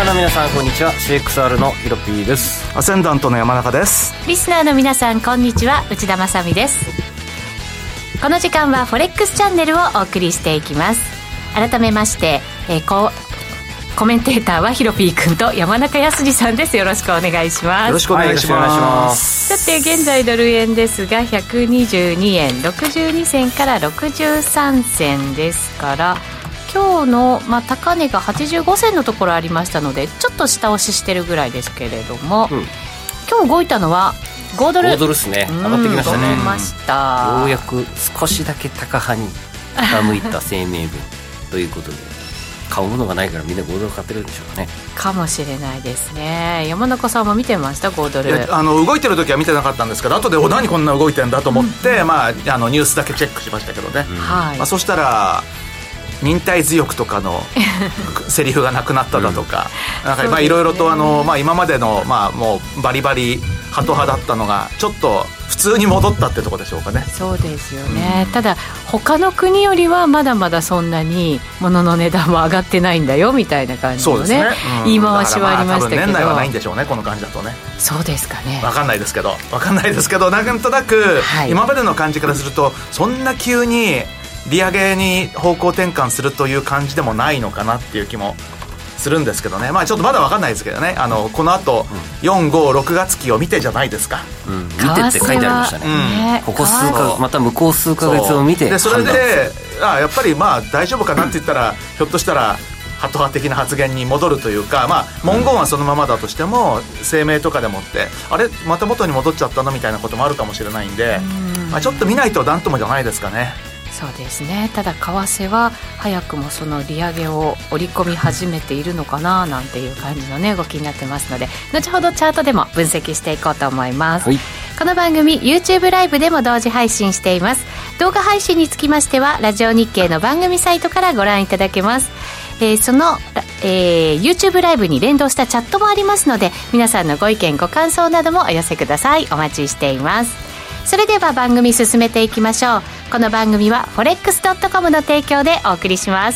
の皆さんこんにちは。 CXR のヒロピーです。 アセンダントの山中です。 リスナーの皆さんこんにちは、内田まさみです。この時間はフォレックスチャンネルをお送りしていきます。改めまして、コメンテーターはヒロピー君と山中康さんです。よろしくお願いします。 よろしくお願いします。 さて現在ドル円ですが122円62銭から63銭ですから、今日の、高値が85銭のところありましたのでちょっと下押ししてるぐらいですけれども、今日動いたのは5ドル。 5ドルですね。上がってきましたね。 動きました。 ようやく少しだけ高派に傾いた声明文ということで買うものがないからみんな5ドル買ってるんでしょうかね。 かもしれないですね。山中さんも見てました？5ドル。 動いてる時は見てなかったんですけど、後で何こんな動いてんだと思って、ニュースだけチェックしましたけどね、そしたら忍耐強くとかのセリフがなくなっただとか、いろいろと今までの、もうバリバリハト派だったのがちょっと普通に戻ったってとこでしょうかね。 そうですよね、ただ他の国よりはまだまだそんなに物の値段も上がってないんだよみたいな感じの ね、言い回しはありましたけど、 多分年内はないんでしょうね、この感じだとね。 そうですかね、 分かんないですけどなんとなく、今までの感じからするとそんな急に利上げに方向転換するという感じでもないのかなっていう気もするんですけどね。ちょっとまだ分かんないですけどね。この後、4、5、6月期を見てじゃないですか、 見てって書いてありましたね、ここ数ヶ月また向こう数ヶ月を見て、 それでやっぱり大丈夫かなって言ったらひょっとしたらハト派的な発言に戻るというか、文言はそのままだとしても声明とかでもってあれまた元に戻っちゃったのみたいなこともあるかもしれないんで、ちょっと見ないとなんともじゃないですかね。 そうですね。ただ為替は早くもその利上げを織り込み始めているのかななんていう感じのね動きになってますので、後ほどチャートでも分析していこうと思います、この番組 YouTube ライブでも同時配信しています。動画配信につきましてはラジオ日経の番組サイトからご覧いただけます。その、YouTube ライブに連動したチャットもありますので、皆さんのご意見ご感想などもお寄せください。お待ちしています。それでは番組進めていきましょう。この番組は forex.com の提供でお送りします。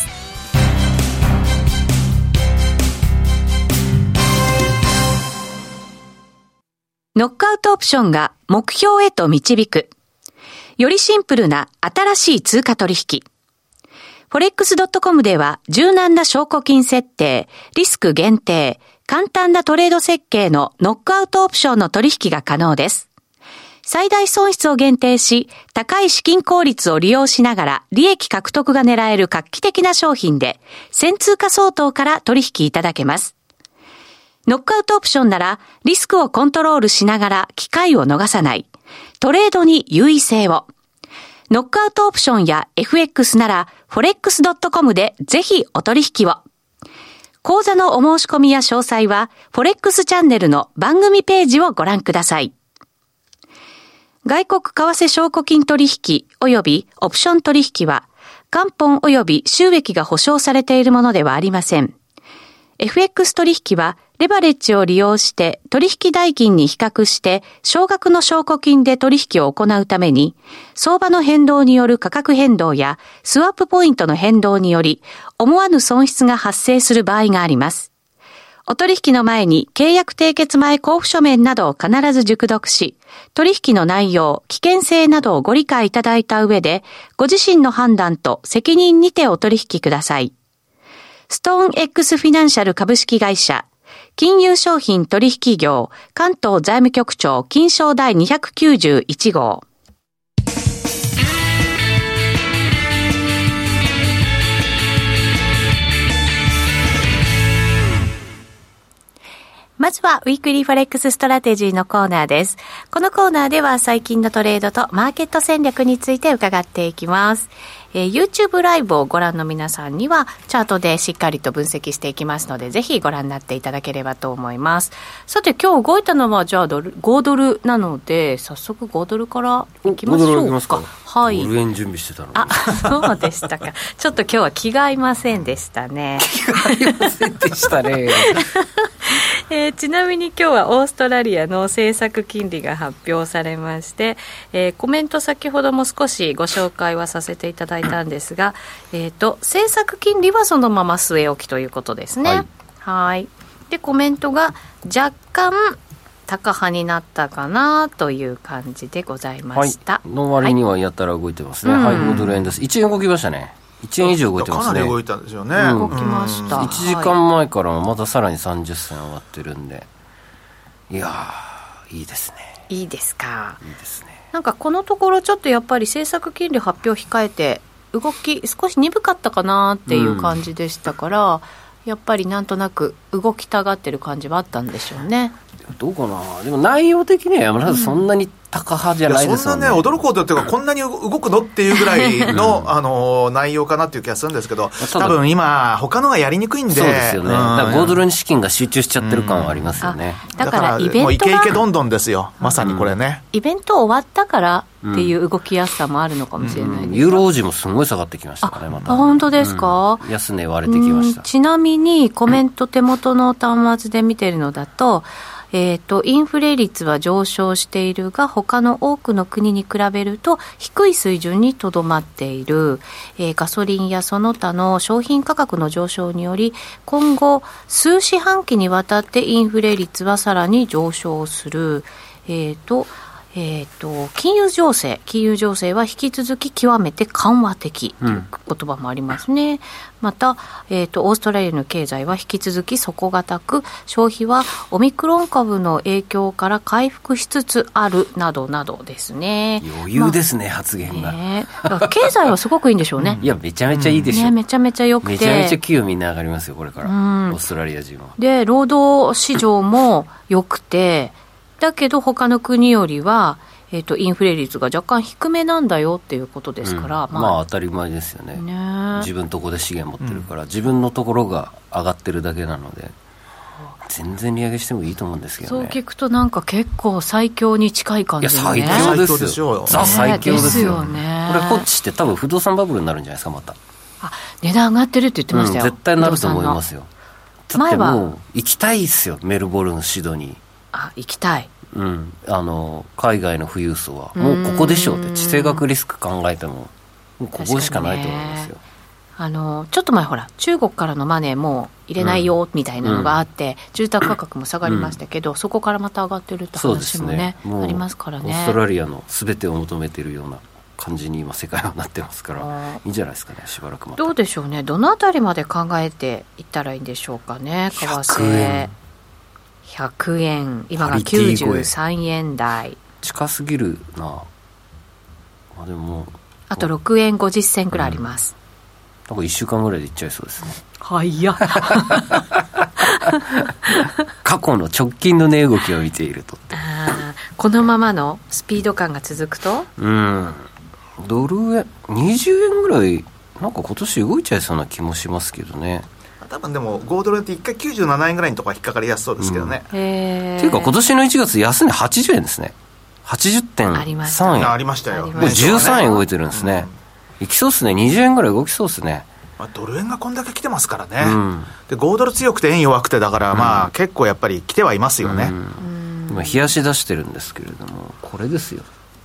ノックアウトオプションが目標へと導く、よりシンプルな新しい通貨取引。forex.com では柔軟な証拠金設定、リスク限定、簡単なトレード設計のノックアウトオプションの取引が可能です。最大損失を限定し、高い資金効率を利用しながら利益獲得が狙える画期的な商品で、1000通貨相当から取引いただけます。ノックアウトオプションなら、リスクをコントロールしながら機会を逃さない。トレードに優位性を。ノックアウトオプションや FX なら、forex.com でぜひお取引を。講座のお申し込みや詳細は、forex チャンネルの番組ページをご覧ください。外国為替証拠金取引及びオプション取引は元本及び収益が保証されているものではありません。FX 取引はレバレッジを利用して取引代金に比較して少額の証拠金で取引を行うために、相場の変動による価格変動やスワップポイントの変動により思わぬ損失が発生する場合があります。お取引の前に契約締結前交付書面などを必ず熟読し、取引の内容、危険性などをご理解いただいた上で、ご自身の判断と責任にてお取引ください。ストーン X フィナンシャル株式会社、金融商品取引業、関東財務局長金商第291号。まずはウィークリーフォレックスストラテジーのコーナーです。このコーナーでは最近のトレードとマーケット戦略について伺っていきます。YouTube ライブをご覧の皆さんにはチャートでしっかりと分析していきますので、ぜひご覧になっていただければと思います。さて今日動いたのはじゃあ5ドルなので、早速5ドルからいきましょうか。5ドルいきますか。はい。 ドル円準備してたの。 あ、そうでしたか。ちょっと今日は気が合いませんでしたね。 気が合いませんでしたね。 ちなみに今日はオーストラリアの政策金利が発表されまして、コメント先ほども少しご紹介はさせていただいたんですが、政策金利はそのまま据え置きということですね。はい。 でコメントが若干高派になったかなという感じでございました、 はい、の割にはやったら動いてますね、はい、5ドル円です。1円動きましたね。1円以上動いてますね。 かなり動いたんですよね、 動きました。 1時間前からもまたさらに30銭上がってるんで、いやーいいですね。 いいですか。 いいですね。 なんかこのところちょっとやっぱり政策金利発表控えて動き少し鈍かったかなっていう感じでしたから、やっぱりなんとなく動きたがってる感じはあったんでしょうね。 どうかな。でも内容的には山田さんそんなに高派じゃないですよね。 そんなね驚くほどっていうかこんなに動くのっていうぐらいの、内容かなっていう気がするんですけど、多分今他のがやりにくいんで。 そうですよね、だから5ドルに資金が集中しちゃってる感はありますよね、 だからイベントがもうイケイケどんどんですよ、まさにこれね、 イベント終わったからっていう動きやすさもあるのかもしれないです、 ユーロ王子もすごい下がってきましたからね。また本当ですか、 安値割れてきました。 ちなみにコメント手元の端末で見てるのだと、インフレ率は上昇しているが他の多くの国に比べると低い水準にとどまっている、ガソリンやその他の商品価格の上昇により今後数四半期にわたってインフレ率はさらに上昇する。金融情勢は引き続き極めて緩和的という言葉もありますね、また、オーストラリアの経済は引き続き底堅く消費はオミクロン株の影響から回復しつつあるなどなどですね。 余裕ですね、発言が、 経済はすごくいいんでしょうね、 いやめちゃめちゃいいでしょ、 めちゃめちゃ良くてめちゃめちゃ給与みんな上がりますよこれから、オーストラリア人は。で労働市場も良くてだけど他の国よりは、インフレ率が若干低めなんだよっていうことですから、 まあ当たり前ですよ ね。自分のところで資源持ってるから、自分のところが上がってるだけなので全然利上げしてもいいと思うんですけどね。 そう聞くとなんか結構最強に近い感じのね。 いや最強ですよ、ザ最強ですよね。 これこっちって多分不動産バブルになるんじゃないですか。また値段上がってるって言ってましたよ、 絶対なると思いますよ。だってもう行きたいですよ、メルボルン、シドニー。 行きたい、 海外の富裕層はもうここでしょうって、地政学リスク考えてももうここしかないと思いますよ。 ちょっと前ほら中国からのマネーもう入れないよみたいなのがあって、住宅価格も下がりましたけど、そこからまた上がってるって話もね、ありますからね。 オーストラリアの全てを求めているような感じに今世界はなってますからいいんじゃないですかね。しばらくまたどうでしょうね。どのあたりまで考えていったらいいんでしょうかね。為替100円今が93円台近すぎるな。でもあと6円50銭くらいあります、 なんか1週間ぐらいでいっちゃいそうですね。 早っ過去の直近の値動きを見ているとってこのままのスピード感が続くとドル円20円ぐらいなんか今年動いちゃいそうな気もしますけどね。 多分でも5ドルって1回97円ぐらいのところは引っかかりやすそうですけどね、 っていうか今年の1月安値80円ですね。 80.3 円ありましたよ。 もう13円動いてるんですね、いきそうですね。20円ぐらい動きそうですね。 ドル円がこんだけ来てますからね、で5ドル強くて円弱くてだから、結構やっぱり来てはいますよね。 今冷やし出してるんですけれどもこれですよ、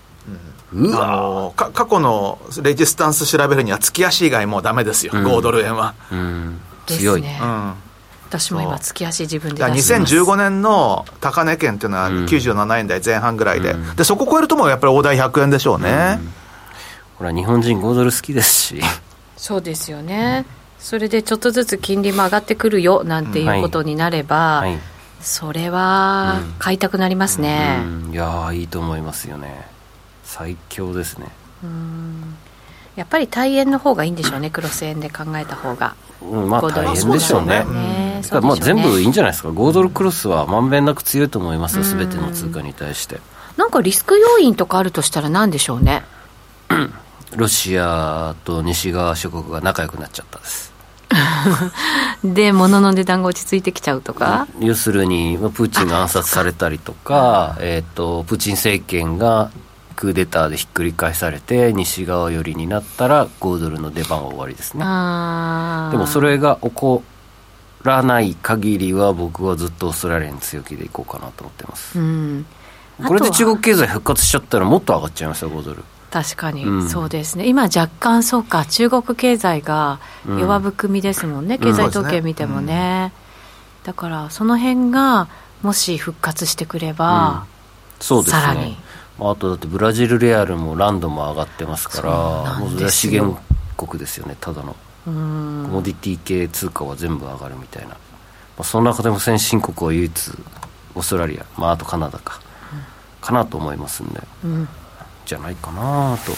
過去のレジスタンス調べるには月足以外もうダメですよ、5ドル円は、 強い、 私も今月足自分で出してます。 2015年の高値圏っていうのは97円台前半ぐらいで、でそこ超えるともうやっぱり大台100円でしょうね、 これは日本人5ドル好きですしそうですよね、それでちょっとずつ金利も上がってくるよなんていうことになれば、それは買いたくなりますね、 いやいいと思いますよね。最強ですね。 やっぱり対円の方がいいんでしょうね。クロス円で考えた方が、 大変でしょうね。全部いいんじゃないですか。5ドルクロスはまんべんなく強いと思いますよ、全ての通貨に対して。 なんかリスク要因とかあるとしたら何でしょうねロシアと西側諸国が仲良くなっちゃったですで物の値段が落ち着いてきちゃうとか、 要するにプーチンが暗殺されたりとか、プーチン政権がクーデターでひっくり返されて西側寄りになったら5ドルの出番は終わりですね。でもそれが起こらない限りは僕はずっとオーストラリアに強気でいこうかなと思ってます、これで中国経済復活しちゃったらもっと上がっちゃいますよ5ドル。 確かに、そうですね。今若干そうか中国経済が弱含みですもんね、経済統計見てもね、 だからその辺がもし復活してくれば、 そうですね、 さらにあとだってブラジルレアルもランドも上がってますから、もうそれは資源国ですよね。ただのコモディティ系通貨は全部上がるみたいな、その中でも先進国は唯一オーストラリア、あとカナダかなと思いますんで、じゃないかなと。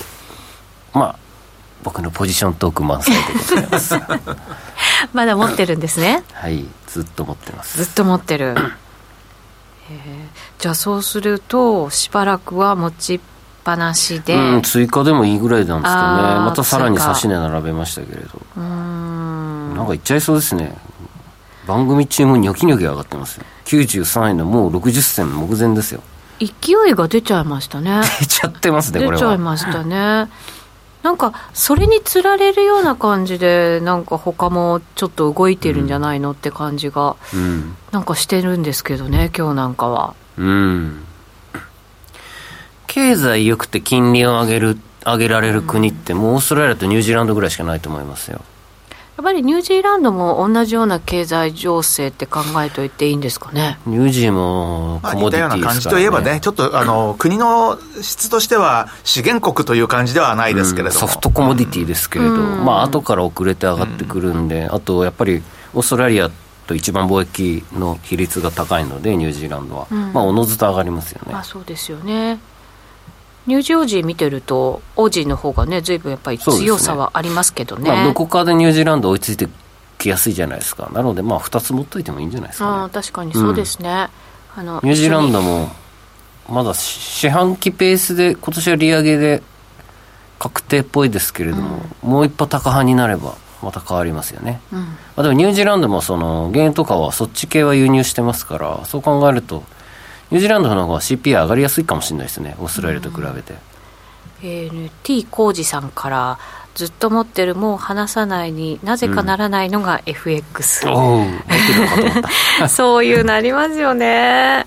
僕のポジショントーク満載でございますまだ持ってるんですね。 はい、ずっと持ってます。 ずっと持ってるじゃあそうするとしばらくは持ちっぱなしで、 追加でもいいぐらいなんですけどね。またさらに差し値並べましたけれど、なんかいっちゃいそうですね。番組中もニョキニョキ上がってますよ。93円のもう60銭目前ですよ。勢いが出ちゃいましたね。 出ちゃってますね、これは。 出ちゃいましたね。なんかそれにつられるような感じで、なんか他もちょっと動いてるんじゃないのって感じがなんかしてるんですけどね、今日なんかは。 経済良くて金利を上げられる国ってもうオーストラリアとニュージーランドぐらいしかないと思いますよ。 やっぱりニュージーランドも同じような経済情勢って考えておいていいんですかね。 ニュージーもコモディティですからね。似たような感じといえばね、ちょっと国の質としては資源国という感じではないですけれども、 ソフトコモディティですけれど、後から遅れて上がってくるんで、あとやっぱりオーストラリアと一番貿易の比率が高いのでニュージーランドは、おのずと上がりますよね。 そうですよね。ニュージーオージー見てるとオージーの方がね随分やっぱり強さはありますけどね。 どこかでニュージーランド追いついてきやすいじゃないですか。なので2つ持っといてもいいんじゃないですかね。 確かにそうですね、 ニュージーランドもまだ四半期ペースで今年は利上げで確定っぽいですけれども、もう一歩高派になればまた変わりますよね。でもニュージーランドもその原油とかはそっち系は輸入してますから、そう考えるとニュージーランドの方が CPI 上がりやすいかもしれないですね、オーストラリアと比べて。 T 浩二さんからずっと持ってるもう離さないになぜかならないのが FX、そういうなりますよね。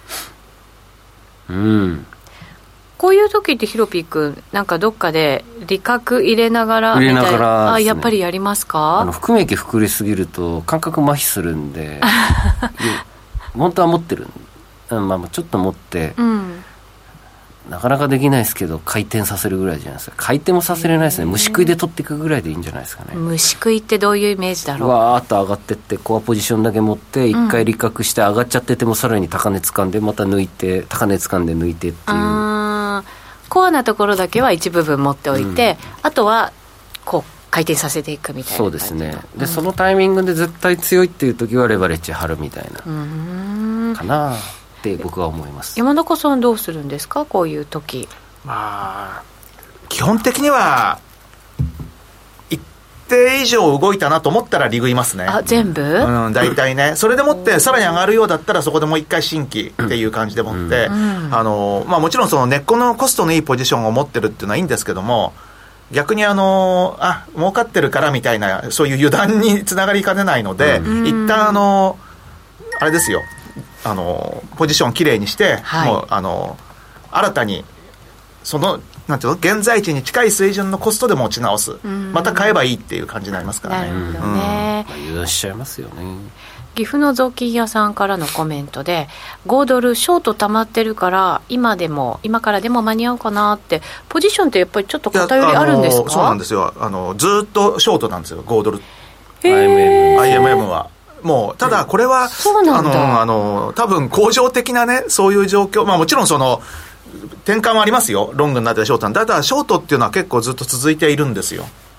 こういう時ってヒロピー君なんかどっかで利確入れながらみたいな、やっぱりやりますか？ 含み益膨れすぎると感覚麻痺するんで本当は持ってる、ちょっと持って、なかなかできないですけど回転させるぐらいじゃないですか。回転もさせれないですね。虫食いで取っていくぐらいでいいんじゃないですかね。 虫食いってどういうイメージだろう。 わーっと上がってってコアポジションだけ持って一回利確して上がっちゃっててもさらに高値掴んでまた抜いて高値掴んで抜いてっていう、 コアなところだけは一部分持っておいて、あとはこう回転させていくみたいな。 そうですね。で、そのタイミングで絶対強いっていう時はレバレッジ張るみたいなかなって僕は思います。 山中さんどうするんですか、こういう時。 基本的には一定以上動いたなと思ったら利食いますね。 全部？ 大体ね。それでもってさらに上がるようだったらそこでもう一回新規っていう感じでもって、もちろんその根っこのコストのいいポジションを持ってるっていうのはいいんですけども、逆に儲かってるからみたいなそういう油断につながりかねないので、一旦あれですよ、ポジションきれいにして、もう新たにそのなんていうの現在地に近い水準のコストで持ち直す、また買えばいいっていう感じになりますからね。 なるほどね。 油断しちゃいますよね。 岐阜の雑巾屋さんからのコメントで5ドルショート溜まってるから今からでも間に合うかなって。ポジションってやっぱりちょっと偏りあるんですか？ そうなんですよ。ずっとショートなんですよ5ドル IMM は。もうただこれはそうなんだ。 多分恒常的なねそういう状況、もちろんその転換はありますよ。ロングになってショートなんだ。ただショートっていうのは結構ずっと続いているんですよ。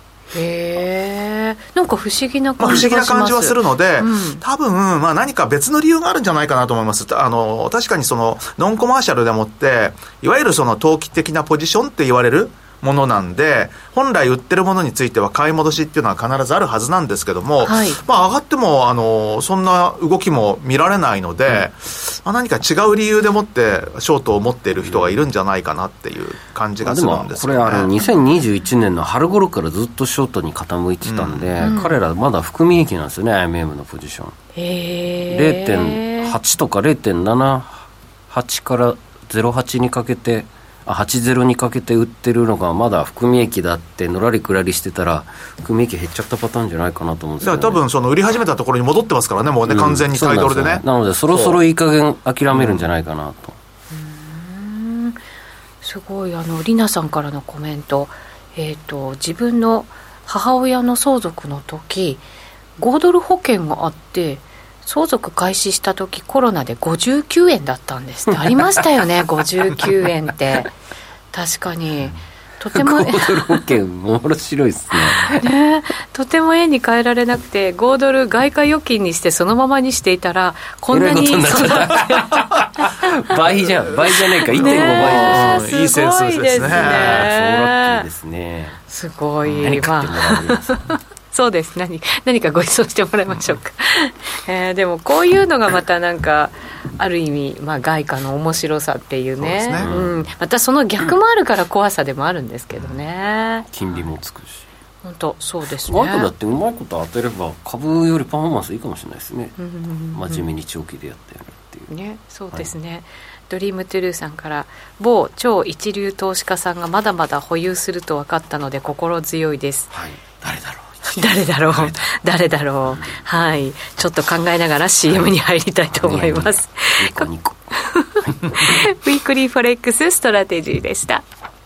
なんか不思議な感じがします。 不思議な感じはするので、多分何か別の理由があるんじゃないかなと思います。確かにそのノンコマーシャルでもっていわゆるその投機的なポジションって言われるものなんで、本来売ってるものについては買い戻しっていうのは必ずあるはずなんですけども、上がってもそんな動きも見られないので、何か違う理由でもってショートを持っている人がいるんじゃないかなっていう感じがするんですよね。 これ2021年の春頃からずっとショートに傾いてたんで、彼らまだ含み益なんですよね。 IMM のポジション 0.8 とか 0.78 から08にかけて 80にかけて売ってるのがまだ含み益だってのらりくらりしてたら含み益減っちゃったパターンじゃないかなと思うんですよね。 だから多分その売り始めたところに戻ってますからね、もうね、完全に買いドルでね。 なのでそろそろいい加減諦めるんじゃないかなと。 すごいリナさんからのコメント、自分の母親の相続の時5ドル保険があって相続開始した時コロナで59円だったんですってありましたよね59円って確かにとても 5ドル保険面白いですねとても円に変えられなくて5ドル外貨預金にしてそのままにしていたらこんなに倍じゃねえか 1.5 倍です、 いいセンスですね。 すごいですね。 そうラッキーですね。 すごい。 何買ってもらえますそうです。何かご馳走してもらいましょうか、でもこういうのがまたなんかある意味、外貨の面白さっていうね。そうですね、またその逆もあるから怖さでもあるんですけどね。 金利もつくし本当そうですね。 外貨だってうまいこと当てれば株よりパフォーマンスいいかもしれないですね、真面目に長期でやってやるっていうね。そうですね、ドリームトゥルーさんから某超一流投資家さんがまだまだ保有すると分かったので心強いです、誰だろう、はい、ちょっと考えながら CM に入りたいと思います。 ニコウィークリーフォレックスストラテジーでした。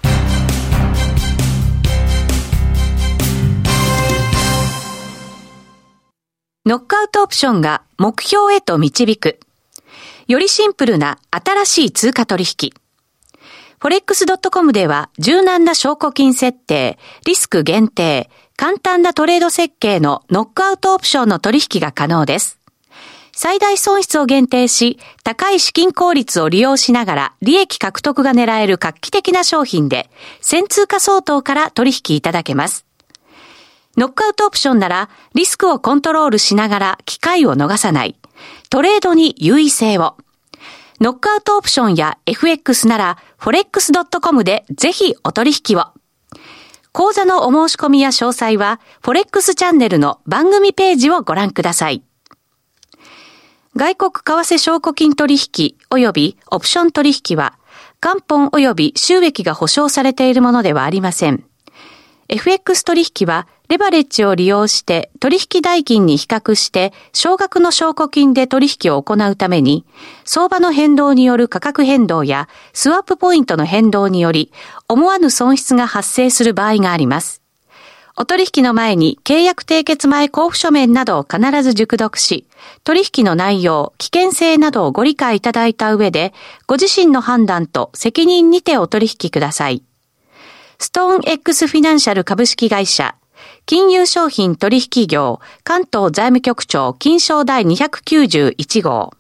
ノックアウトオプションが目標へと導く。よりシンプルな新しい通貨取引。forex.com では柔軟な証拠金設定、リスク限定、簡単なトレード設計のノックアウトオプションの取引が可能です。最大損失を限定し、高い資金効率を利用しながら利益獲得が狙える画期的な商品で、1000通貨相当から取引いただけます。ノックアウトオプションならリスクをコントロールしながら機会を逃さない。トレードに優位性を。ノックアウトオプションや FX なら forex.com でぜひお取引を。講座のお申し込みや詳細は Forex チャンネルの番組ページをご覧ください。外国為替証拠金取引及びオプション取引は元本及び収益が保証されているものではありません。FX 取引はレバレッジを利用して取引代金に比較して少額の証拠金で取引を行うために相場の変動による価格変動やスワップポイントの変動により思わぬ損失が発生する場合があります。お取引の前に契約締結前交付書面などを必ず熟読し、取引の内容、危険性などをご理解いただいた上でご自身の判断と責任にてお取引ください。ストーン X フィナンシャル株式会社金融商品取引業関東財務局長金商第291号。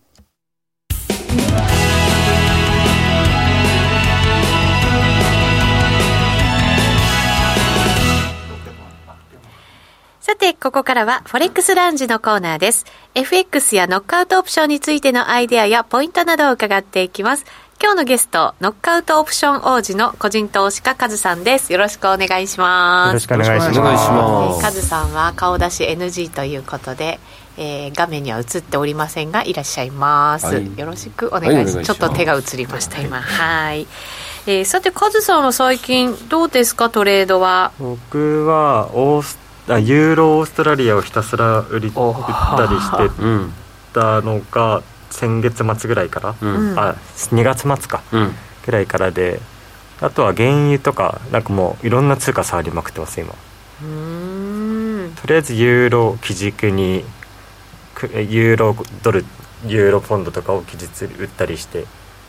さて、ここからはフォレックスラウンジのコーナーです。FX やノックアウトオプションについてのアイデアやポイントなどを伺っていきます。今日のゲスト、ノックアウトオプション王子の個人投資家カズさんです。よろしくお願いします。 よろしくお願いします。 カズさんは顔出し NG ということで、画面には映っておりませんがいらっしゃいます、よろしくお願いします。ちょっと手が映りました今。はい、さてカズさんは最近どうですか、トレードは。 僕はユーロオーストラリアをひたすら売ったりしてたのが先月末ぐらいから、2月末か、ぐらいからで、あとは原油とかなんかもういろんな通貨触りまくってます今。とりあえずユーロ基軸にユーロドルユーロポンドとかを期日売ったりして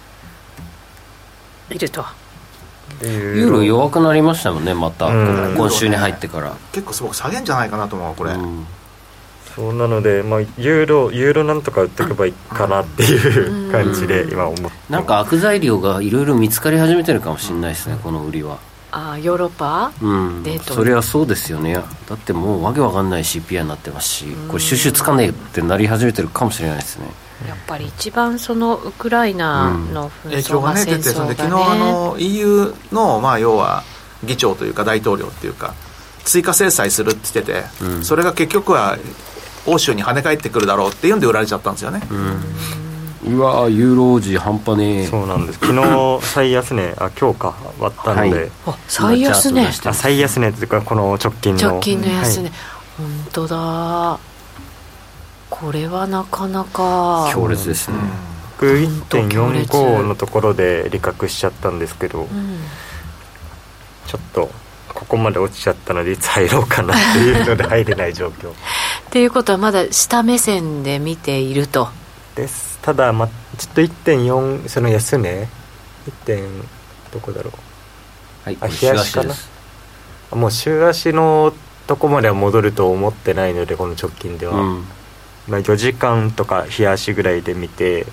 いると。 ユーロ弱くなりましたもんね、また今週に入ってから結構すごく下げんじゃないかなと思うこれ、 そうなので、ユーロなんとか売っておけばいいかなっていう感じで今思ってます。 なんか悪材料がいろいろ見つかり始めてるかもしれないですね、この売りは。 ヨーロッパ、 それはそうですよね。だってもうわけわかんない CPI になってますし、これ収集つかねえってなり始めてるかもしれないですね。 やっぱり一番そのウクライナの紛争が戦争がね、 昨日EU の要は議長というか大統領っていうか追加制裁するって言ってて、それが結局は欧州に跳ね返ってくるだろうっていうんで売られちゃったんですよね。 うわユーロ王子半端ねえ。 そうなんです。昨日最安値今日か割ったので、はい、 最安値最安値というかこの直近の安値、はい、本当だ。これはなかなか強烈ですね。 僕 1.45 のところで利確しちゃったんですけど、ちょっとここまで落ちちゃったのでいつ入ろうかなっていうので入れない状況っていうことはまだ下目線で見ているとです。ただ、ちょっと 1.4 その安値 1. どこだろう、 はい、 日足かな。もう週足のとこまでは戻ると思ってないのでこの直近では、4時間とか日足ぐらいで見て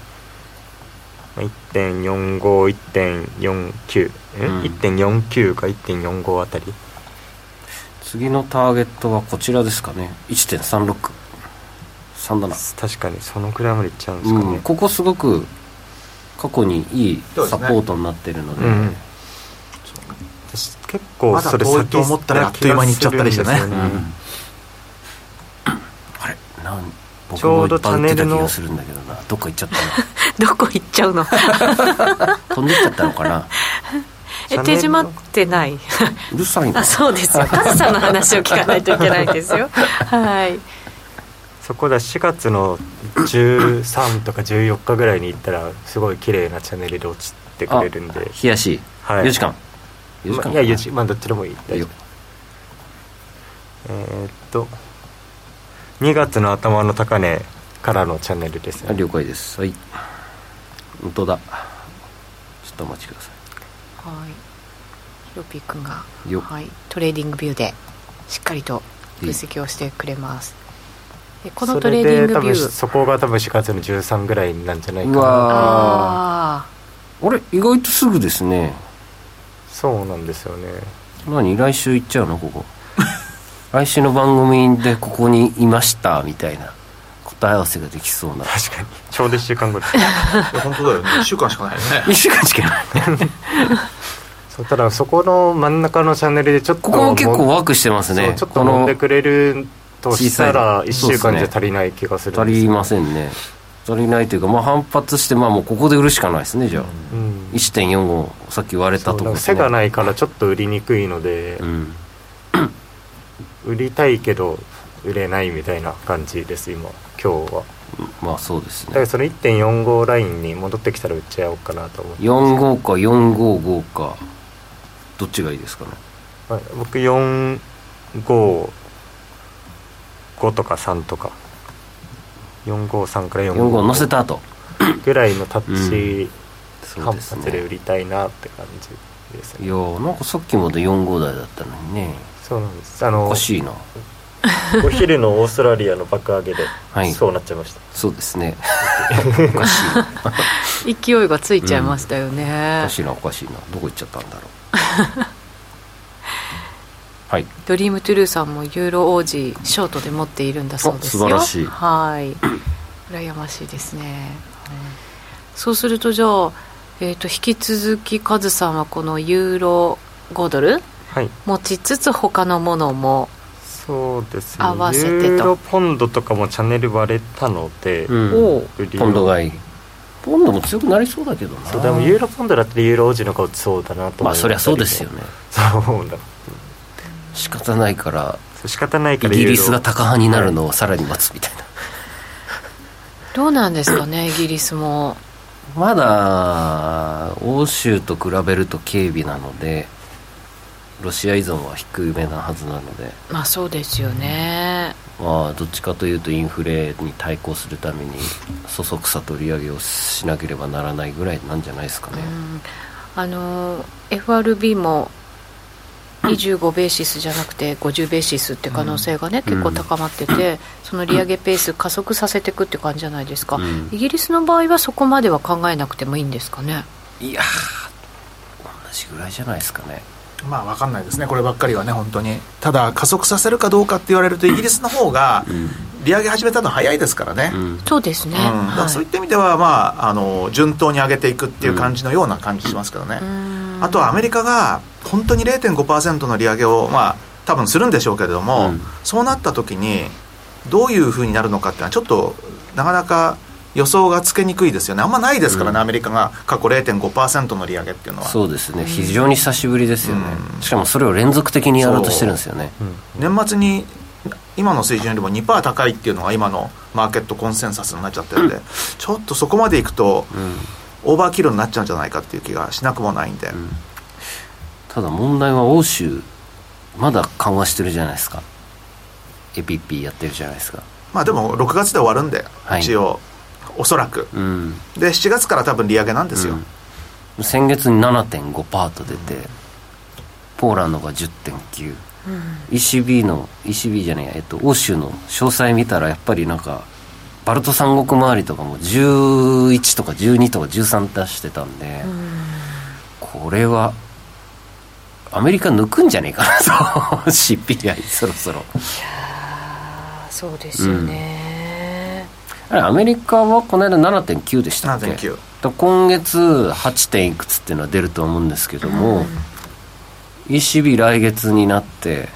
1.45 1.49 1.49 か 1.45 あたり。 次のターゲットはこちらですかね。 1.36 37。 確かにそのくらいまでいっちゃうんですかね、 ここすごく過去にいいサポートになってるので、 結構それまだ遠いと思ったらあっという間にいっちゃったりしてね、 あれ僕もいっぱい売ってた気がするんだけどな。どっか行っちゃったどこ行っちゃうの飛んでっちゃったのかな手締まってない。 うるさいな。 そうですよ、カズさんの話を聞かないといけないですよはい。 そこで4月の13とか14日ぐらいに行ったらすごい綺麗なチャンネルで落ちてくれるんで。 冷やし、はい、4時間いや4時どっちでもいい。大丈夫。2月の頭の高値からのチャンネルですね。 了解です。はい、本当だ。ちょっとお待ちください。 はい、ヒロピー君が、はい、トレーディングビューでしっかりと分析をしてくれます。でこのトレーディングビュー、 そこが多分4月の13ぐらいなんじゃないかな。 あれ意外とすぐですね。 そうなんですよね。 来週行っちゃうのここ来週の番組でここにいましたみたいな答え合わせができそうな。 確かにちょうど1週間後です本当だよね。1週間しかないよね。 1週間しかないそう、ただそこの真ん中のチャンネルでちょっとここも結構ワークしてますね。 ちょっと飲んでくれるとしたら1週間じゃ足りない気がするんです、 足りませんね。足りないというか、反発してもうここで売るしかないですね。じゃあ、1.45 さっき言われたところですね。 背がないからちょっと売りにくいので、売りたいけど売れないみたいな感じです今日は。 そうですね。 だからその 1.45 ラインに戻ってきたら売っちゃおうかなと思って。 45か455かどっちがいいですかね。 僕455とか3とか453から 45乗せた後ぐらいのタッチ反発で売りたいなって感じですね。 いやなんかさっきまで45台だったのにね。 そうなんです。 おかしいなお昼のオーストラリアの爆上げでそうなっちゃいました、 そうですねおかしい勢いがついちゃいましたよね、 おかしいなどこ行っちゃったんだろうはい、 ドリームトゥルーさんもユーロ王子ショートで持っているんだそうですよ。 素晴らしい。 はい羨ましいですね、そうするとじゃあ、引き続きカズさんはこのユーロ5ドル、持ちつつ他のものもそうですね、 合わせてと。 ユーロポンドとかもチャンネル割れたので、 ポンド買い。ポンドも強くなりそうだけどな。 そうでもユーロポンドだってユーロ王子の方が打ちそうだなと思って。 そりゃそうですよね。 そうだ、 仕方ないからイギリスが高派になるのをさらに待つみたいな、 どうなんですかねイギリスも。 まだ欧州と比べると軽微なのでロシア依存は低めなはずなので、 そうですよね。 どっちかというとインフレに対抗するためにそそくさと利上げをしなければならないぐらいなんじゃないですかね。 FRB も25ベーシスじゃなくて50ベーシスって可能性がね、結構高まってて、その利上げペース加速させていくって感じじゃないですか、イギリスの場合はそこまでは考えなくてもいいんですかね。 いや同じぐらいじゃないですかね。 分かんないですねこればっかりはね本当に。ただ加速させるかどうかって言われるとイギリスの方が利上げ始めたの早いですからね、 そうですね、 だからそういった意味では、順当に上げていくっていう感じのような感じしますけどね、あとはアメリカが本当に 0.5% の利上げを、多分するんでしょうけれども、そうなった時にどういう風になるのかっていうのはちょっとなかなか予想がつけにくいですよね。あんまないですからね、アメリカが過去 0.5% の利上げっていうのは。 そうですね、非常に久しぶりですよね、しかもそれを連続的にやろうとしてるんですよね。 年末に今の水準よりも 2% 高いっていうのが今のマーケットコンセンサスになっちゃってるんで、ちょっとそこまでいくと、オーバーキルになっちゃうんじゃないかっていう気がしなくもないんで、 ただ問題は欧州まだ緩和してるじゃないですか。APP やってるじゃないですか。 まあでも6月で終わるんで、一応おそらく、で7月から多分利上げなんですよ、 先月に 7.5% と出て、ポーランドが 10.9%、ECB じゃないや、欧州の詳細見たらやっぱりなんかバルト三国周りとかも11とか12とか13出してたんで、これはアメリカ抜くんじゃねえかなとしっぴりそろそろ。いやそうですよね、 あれアメリカはこの間 7.9 でしたっけ。 7.9 今月 8. 点いくつっていうのは出ると思うんですけども、ECB 来月になって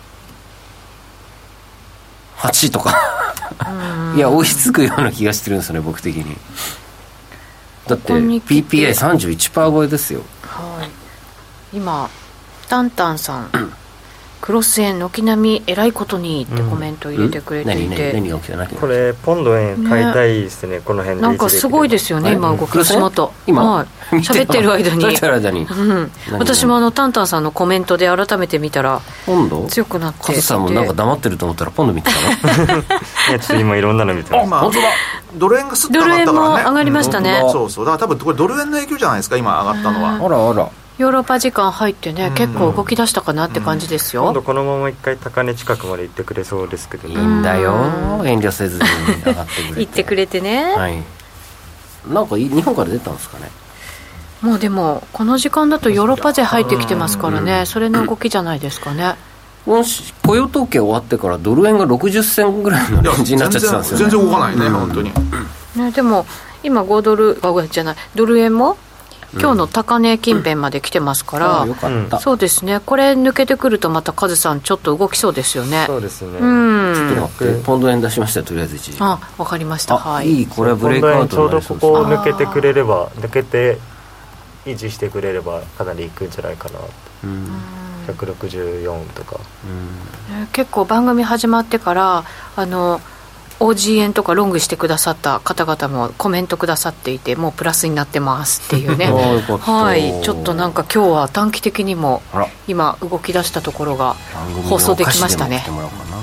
8とかいや追いつくような気がしてるんですよね、僕的に。だって PPI31% 超えですよ。 今タンタンさんクロス円軒並みえらいことにってコメント入れてくれていて、 何が起きたの？ これポンド円買いたいですね、この辺でなんかすごいですよね、今動き足元今喋ってる間に私もタンタンさんのコメントで改めて見たら強くなって、 カズさんもなんか黙ってると思ったらポンド見てたの？ いやちょっと今いろんなの見てます。 本当だ、ドル円がスッと上がったからね。 ドル円も上がりましたね、 そうそう、だから多分これドル円の影響じゃないですか、今上がったのは。 あらあら、 ヨーロッパ時間入ってね、結構動き出したかなって感じですよ。 今度このまま一回高値近くまで行ってくれそうですけどね。 いいんだよ、遠慮せずに上がってくれて行ってくれてね、 なんか日本から出たんですかね。 もうでもこの時間だとヨーロッパ勢入ってきてますからね、それの動きじゃないですかね。 もし雇用統計終わってからドル円が60銭ぐらいのレンジになっちゃってたんですよね。 全然動かないね、本当に、 ね。でも今5ドルじゃない、ドル円も今日の高値近辺まで来てますから、 よかった。 そうですね、これ抜けてくるとまたカズさんちょっと動きそうですよね。 そうですね、 ちょっと待って、ポンド円出しましたよ、とりあえず一時。 わかりました。 いい、これはブレイクアウトになりそうです。 ちょうどここを抜けてくれれば、抜けて維持してくれればかなりいくんじゃないかなと。164とか、 結構番組始まってからOG 円とかロングしてくださった方々もコメントくださっていて、もうプラスになってますっていうねちょっとなんか今日は短期的にも今動き出したところが放送できましたね。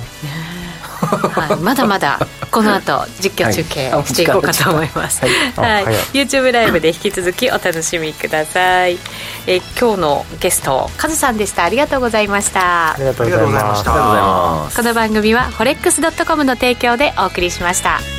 まだまだこの後実況中継していこうかと思います、YouTube ライブで引き続きお楽しみください。今日のゲストカズさんでした。ありがとうございました。 ありがとうございました。 この番組は forex.com の提供でお送りしました。